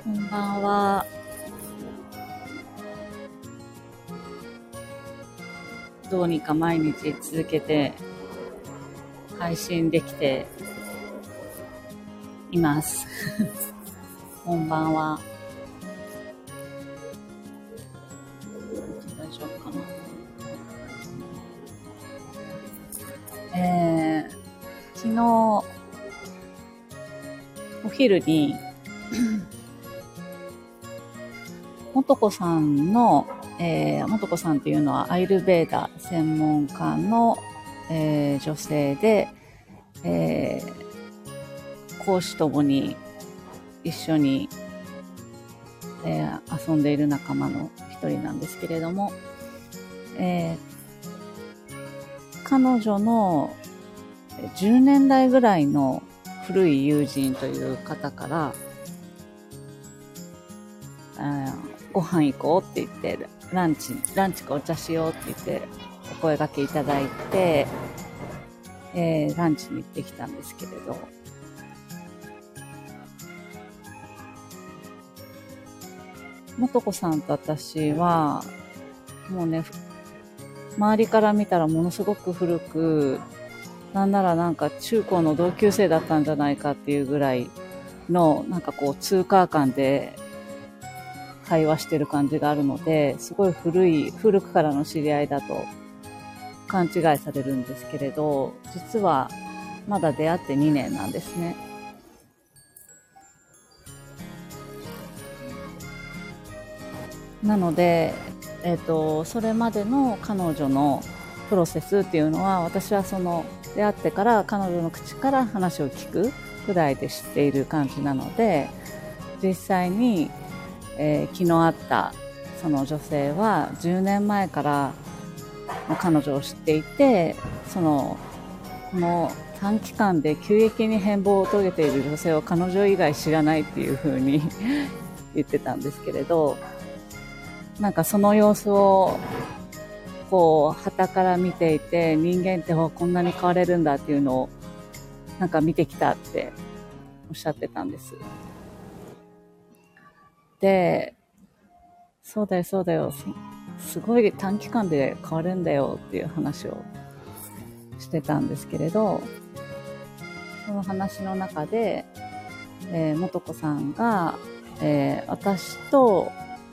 こんばんは。どうにか毎日続けて配信できています。こんばんは。大丈夫かな。昨日お昼にもとこさんの、もとこさんっていうのはアイルベーダ専門家の、女性で、講師ともに一緒に、遊んでいる仲間の一人なんですけれども、彼女の10年代ぐらいの古い友人という方から、ご飯行こうって言って、ランチかお茶しようって言ってお声掛けいただいて、ランチに行ってきたんですけれど、もとこさんと私はもうね、周りから見たらものすごく古く、なんならなんか中高の同級生だったんじゃないかっていうぐらいのなんかこうツーカー感で会話してる感じがあるので、すごい古くからの知り合いだと勘違いされるんですけれど、実はまだ出会って2年なんですね。なので、それまでの彼女のプロセスっていうのは、私はその出会ってから彼女の口から話を聞くくらいで知っている感じなので、実際に、昨日会ったその女性は10年前から彼女を知っていて、この短期間で急激に変貌を遂げている女性を彼女以外知らないっていう風に言ってたんですけれど、なんかその様子をこう傍から見ていて、人間ってこんなに変われるんだっていうのをなんか見てきたっておっしゃってたんです。で、そうだよ、すごい短期間で変わるんだよっていう話をしてたんですけれど、その話の中で、もとこさんが、私と、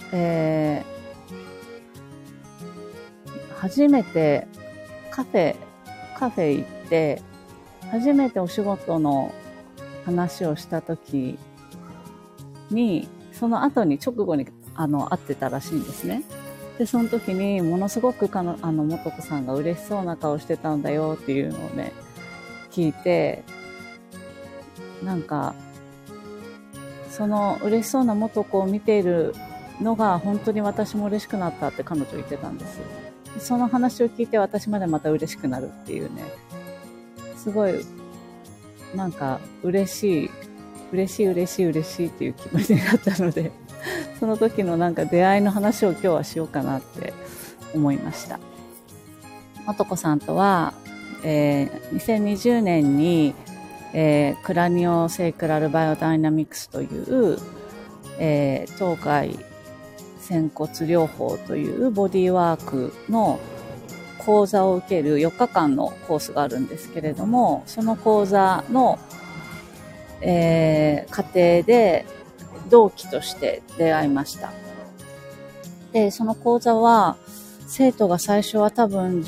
初めてカフェ行って、初めてお仕事の話をした時に、その後に直後に会ってたらしいんですね。で、その時にものすごくもとこさんが嬉しそうな顔してたんだよっていうのをね、聞いて、なんか、その嬉しそうなもとこを見ているのが本当に私も嬉しくなったって彼女言ってたんです。その話を聞いて私までまた嬉しくなるっていうね、すごいなんか嬉しいっていう気持ちになったので、その時のなんか出会いの話を今日はしようかなって思いました。もとこさんとは、2020年に、クラニオセイクラルバイオダイナミクスという、当該仙骨療法というボディワークの講座を受ける4日間のコースがあるんですけれども、その講座の、過程で同期として出会いました。で、その講座は生徒が最初は多分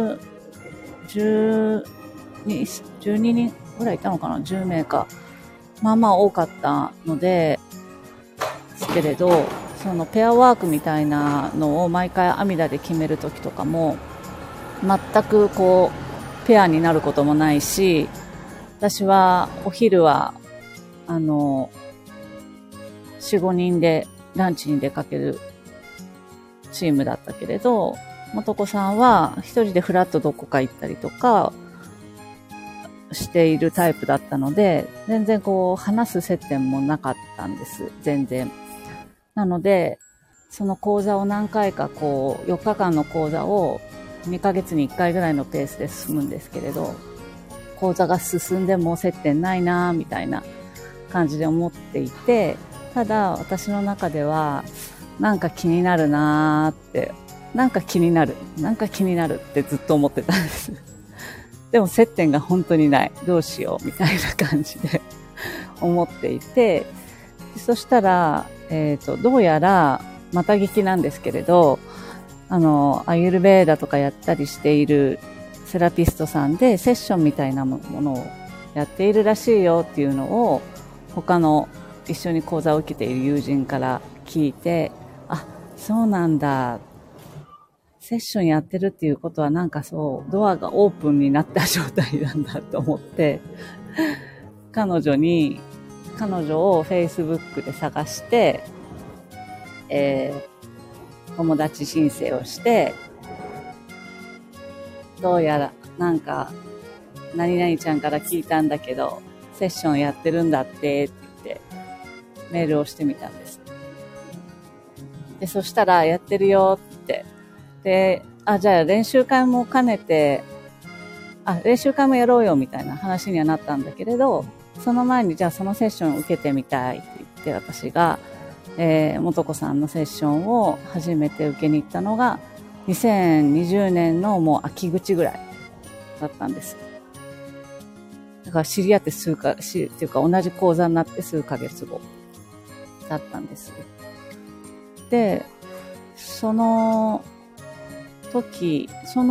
12人ぐらいいたのかな、10名か。まあまあ多かったので、ですけれど、そのペアワークみたいなのを毎回アミダで決めるときとかも、全くこう、ペアになることもないし、私はお昼は、4、5人でランチに出かけるチームだったけれど、もとこさんは一人でフラッとどこか行ったりとかしているタイプだったので、全然こう話す接点もなかったんです。全然。なので、その講座を何回かこう、4日間の講座を2ヶ月に1回ぐらいのペースで進むんですけれど、講座が進んでも接点ないなぁみたいな感じで思っていて、 ただ私の中ではなんか気になるなーって、なんか気になるってずっと思ってたんです。でも接点が本当にない。どうしようみたいな感じで思っていて、そしたら、どうやら、また聞きなんですけれど、アユルベーダとかやったりしているセラピストさんでセッションみたいなものをやっているらしいよっていうのを他の一緒に講座を受けている友人から聞いて、あ、そうなんだ。セッションやってるっていうことはなんかそう、ドアがオープンになった状態なんだと思って、彼女を Facebook で探して、友達申請をして、どうやらなんか何々ちゃんから聞いたんだけど、セッションやってるんだって言ってメールをしてみたんです。で、そしたらやってるよって。で、じゃあ練習会も兼ねて、練習会もやろうよみたいな話にはなったんだけれど、その前にじゃあそのセッションを受けてみたいって言って私が、元子さんのセッションを初めて受けに行ったのが2020年のもう秋口ぐらいだったんです。だから知り合ってっていうか同じ講座になって数ヶ月後だったんです。で、その時、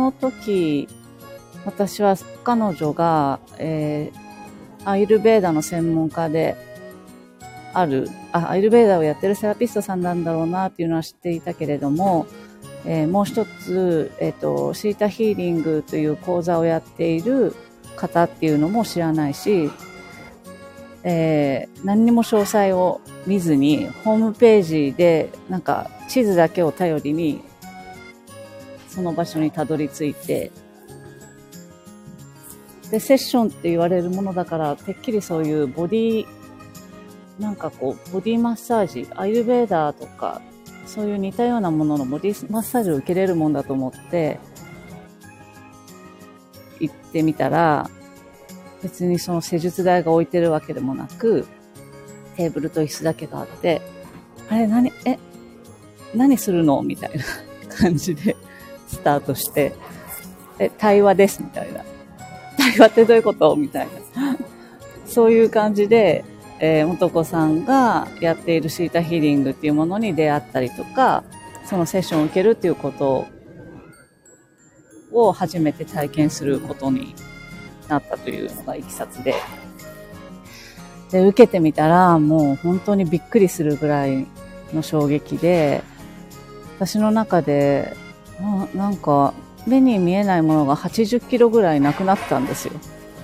私は彼女が、アイルベーダの専門家でアイルベーダをやってるセラピストさんなんだろうなっていうのは知っていたけれども、もう一つ、シータヒーリングという講座をやっている方っていうのも知らないし、何にも詳細を見ずに、ホームページでなんか地図だけを頼りに、その場所にたどり着いて、で、セッションって言われるものだから、てっきりそういうボディマッサージ、アイルベーダーとか、そういう似たようなもののボディマッサージを受けれるもんだと思って、行ってみたら、別にその施術台が置いてるわけでもなく、テーブルと椅子だけがあって、あれ何するのみたいな感じでスタートして、対話ですみたいな。対話ってどういうことみたいな。そういう感じで、元子さんがやっているシータヒーリングっていうものに出会ったりとか、そのセッションを受けるっていうことを初めて体験することになったというのがいきさつで、受けてみたらもう本当にびっくりするぐらいの衝撃で、私の中でなんか目に見えないものが80キロぐらいなくなったんですよ。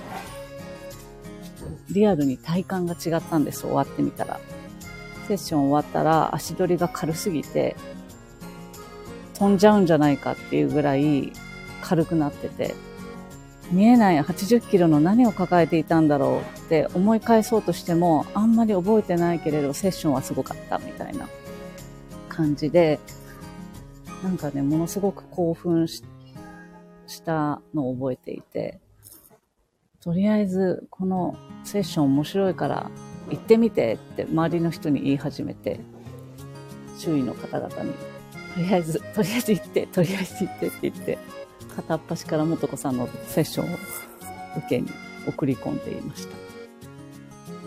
リアルに体感が違ったんです、終わってみたら。セッション終わったら足取りが軽すぎて飛んじゃうんじゃないかっていうぐらい軽くなってて、見えない80キロの何を抱えていたんだろうって思い返そうとしてもあんまり覚えてないけれどセッションはすごかったみたいな感じで、なんかね、ものすごく興奮したのを覚えていて、とりあえずこのセッション面白いから行ってみてって周りの人に言い始めて、周囲の方々にとりあえず行ってって言って、片っ端から元子さんのセッションを受けに送り込んでいました。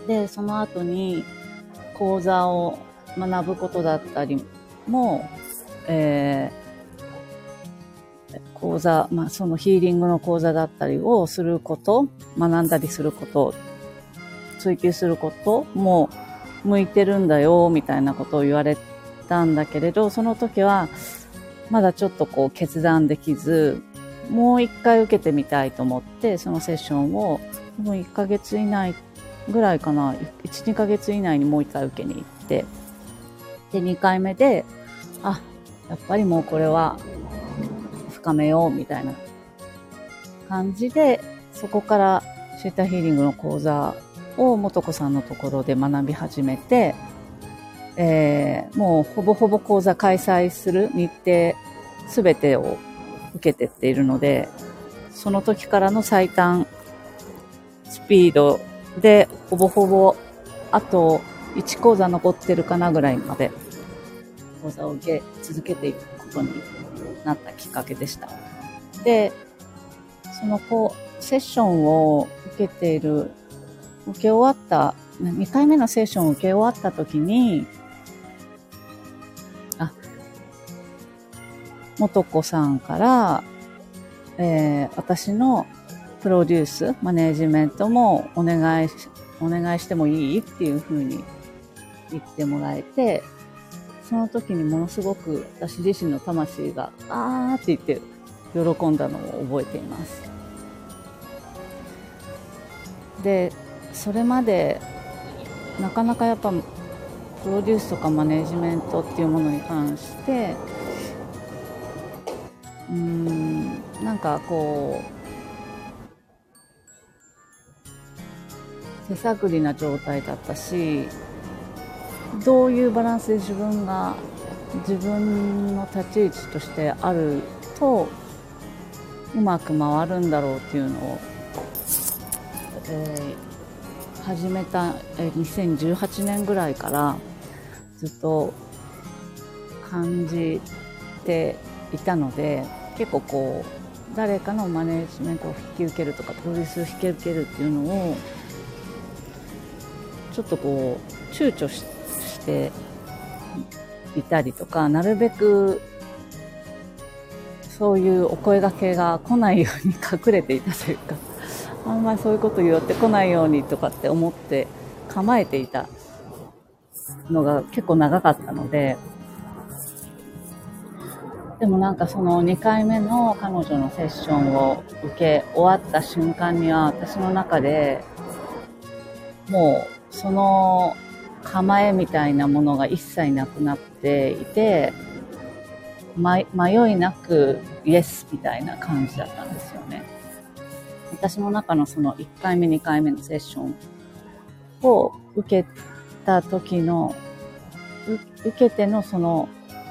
で、その後に講座を学ぶことだったりも、講座、そのヒーリングの講座だったりをすること、学んだりすること、追求することも向いてるんだよ、みたいなことを言われたんだけれど、その時はまだちょっと決断できず、もう一回受けてみたいと思って、そのセッションをもう1ヶ月以内ぐらいかな、1、2ヶ月以内にもう一回受けに行って、で、2回目で、やっぱりもうこれは深めようみたいな感じで、そこからシータヒーリングの講座を元子さんのところで学び始めて、もうほぼほぼ講座開催する日程すべてを受けてっているので、その時からの最短スピードでほぼほぼあと 1講座残ってるかなぐらいまで講座を受け続けていくことになったきっかけでした。で、そのセッションを受け終わった、2回目のセッションを受け終わった時に、元子さんから、私のプロデュース、マネージメントもお願いしてもいいっていう風に言ってもらえて、その時にものすごく私自身の魂があーって言って喜んだのを覚えています。で、それまでなかなかやっぱプロデュースとかマネージメントっていうものに関してなんか手探りな状態だったし、どういうバランスで自分の立ち位置としてあるとうまく回るんだろうっていうのを、始めた2018年ぐらいからずっと感じていたので、結構誰かのマネージメントを引き受けるとかプロデュースを引き受けるっていうのをちょっと躊躇していたりとか、なるべくそういうお声掛けが来ないように隠れていたというか、あんまりそういうこと言ってこないようにとかって思って構えていたのが結構長かったので、でもなんかその2回目の彼女のセッションを受け終わった瞬間には、私の中でもうその構えみたいなものが一切なくなっていて、迷いなくイエスみたいな感じだったんですよね。私の中のその1回目2回目のセッションを受けた時の受けてのその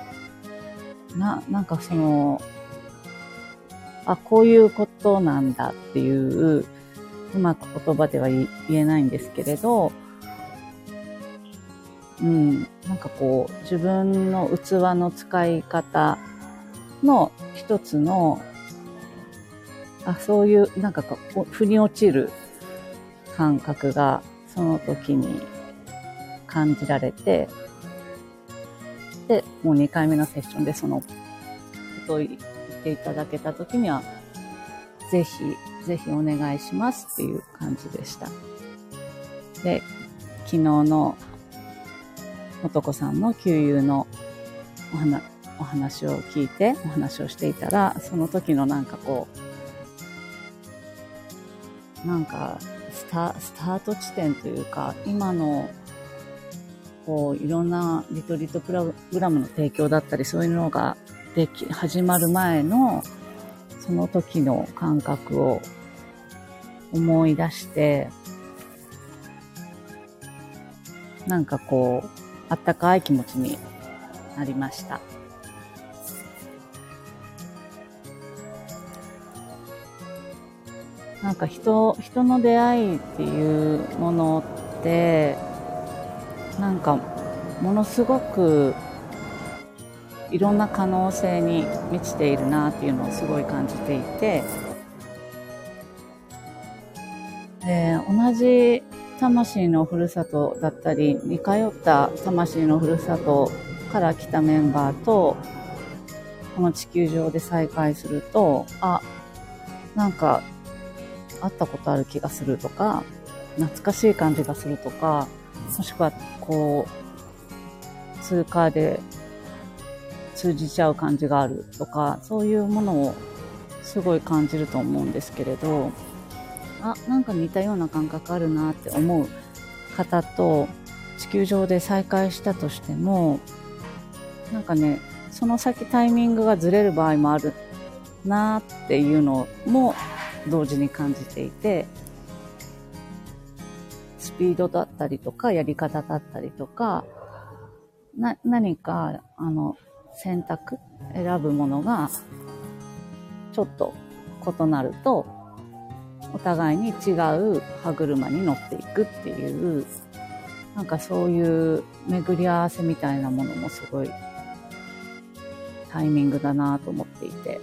なんかそのこういうことなんだっていううまく言葉では言えないんですけれど、なんか自分の器の使い方の一つのそういうなんか腑に落ちる感覚がその時に感じられて、でもう2回目のセッションでそのことを言っていただけた時にはぜひお願いしますっていう感じでした。で、昨日の元子さんの給油のお話を聞いてお話をしていたら、その時のなんかスタート地点というか、今のいろんなリトリートプログラムの提供だったり、そういうのが始まる前のその時の感覚を思い出して、なんかあったかい気持ちになりました。なんか人の出会いっていうものってなんかものすごくいろんな可能性に満ちているなっていうのをすごい感じていて、同じ魂のふるさとだったり似通った魂のふるさとから来たメンバーとこの地球上で再会すると、なんか会ったことある気がするとか、懐かしい感じがするとか、もしくは通過で通じちゃう感じがあるとか、そういうものをすごい感じると思うんですけれど、なんか似たような感覚あるなって思う方と地球上で再会したとしても、なんかね、その先タイミングがずれる場合もあるなっていうのも同時に感じていて、スピードだったりとかやり方だったりとか、何か選ぶものがちょっと異なるとお互いに違う歯車に乗っていくっていうなんかそういう巡り合わせみたいなものもすごいタイミングだなと思っていて。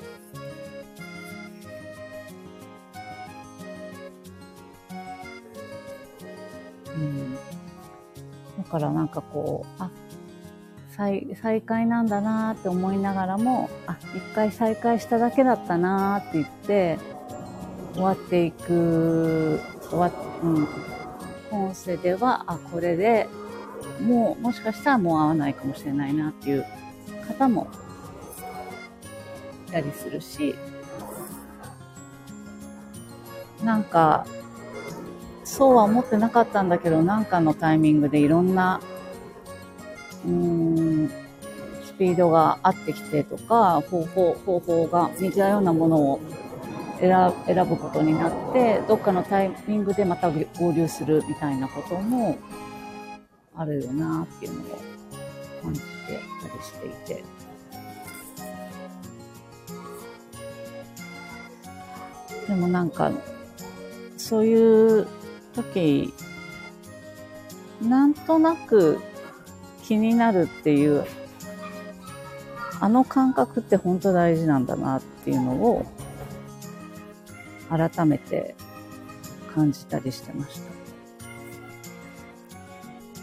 だからなんかこう、再会なんだなって思いながらも、一回再会しただけだったなって言って、終わっていく、今世では、これでもしかしたらもう会わないかもしれないなっていう方もいたりするし、なんか、そうは思ってなかったんだけど、なんかのタイミングでいろんな、スピードが合ってきてとか、方法が似たようなものを選ぶことになって、どっかのタイミングでまた合流するみたいなこともあるよなっていうのを感じてたりしていて。でもなんか、そういう時、なんとなく気になるっていう、あの感覚って本当大事なんだなっていうのを改めて感じたりしてました。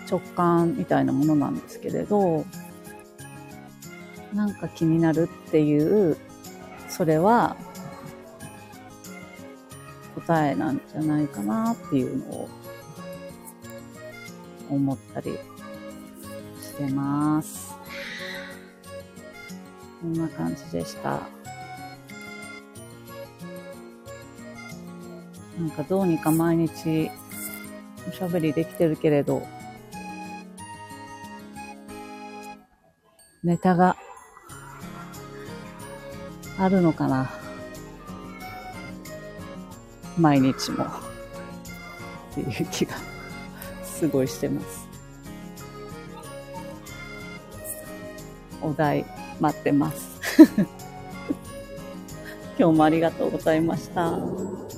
直感みたいなものなんですけれど、なんか気になるっていう、それは答えなんじゃないかなっていうのを思ったりしてます。こんな感じでした。なんかどうにか毎日おしゃべりできてるけれど、ネタがあるのかな。毎日もっていう気がすごいしてます。お題待ってます。今日もありがとうございました。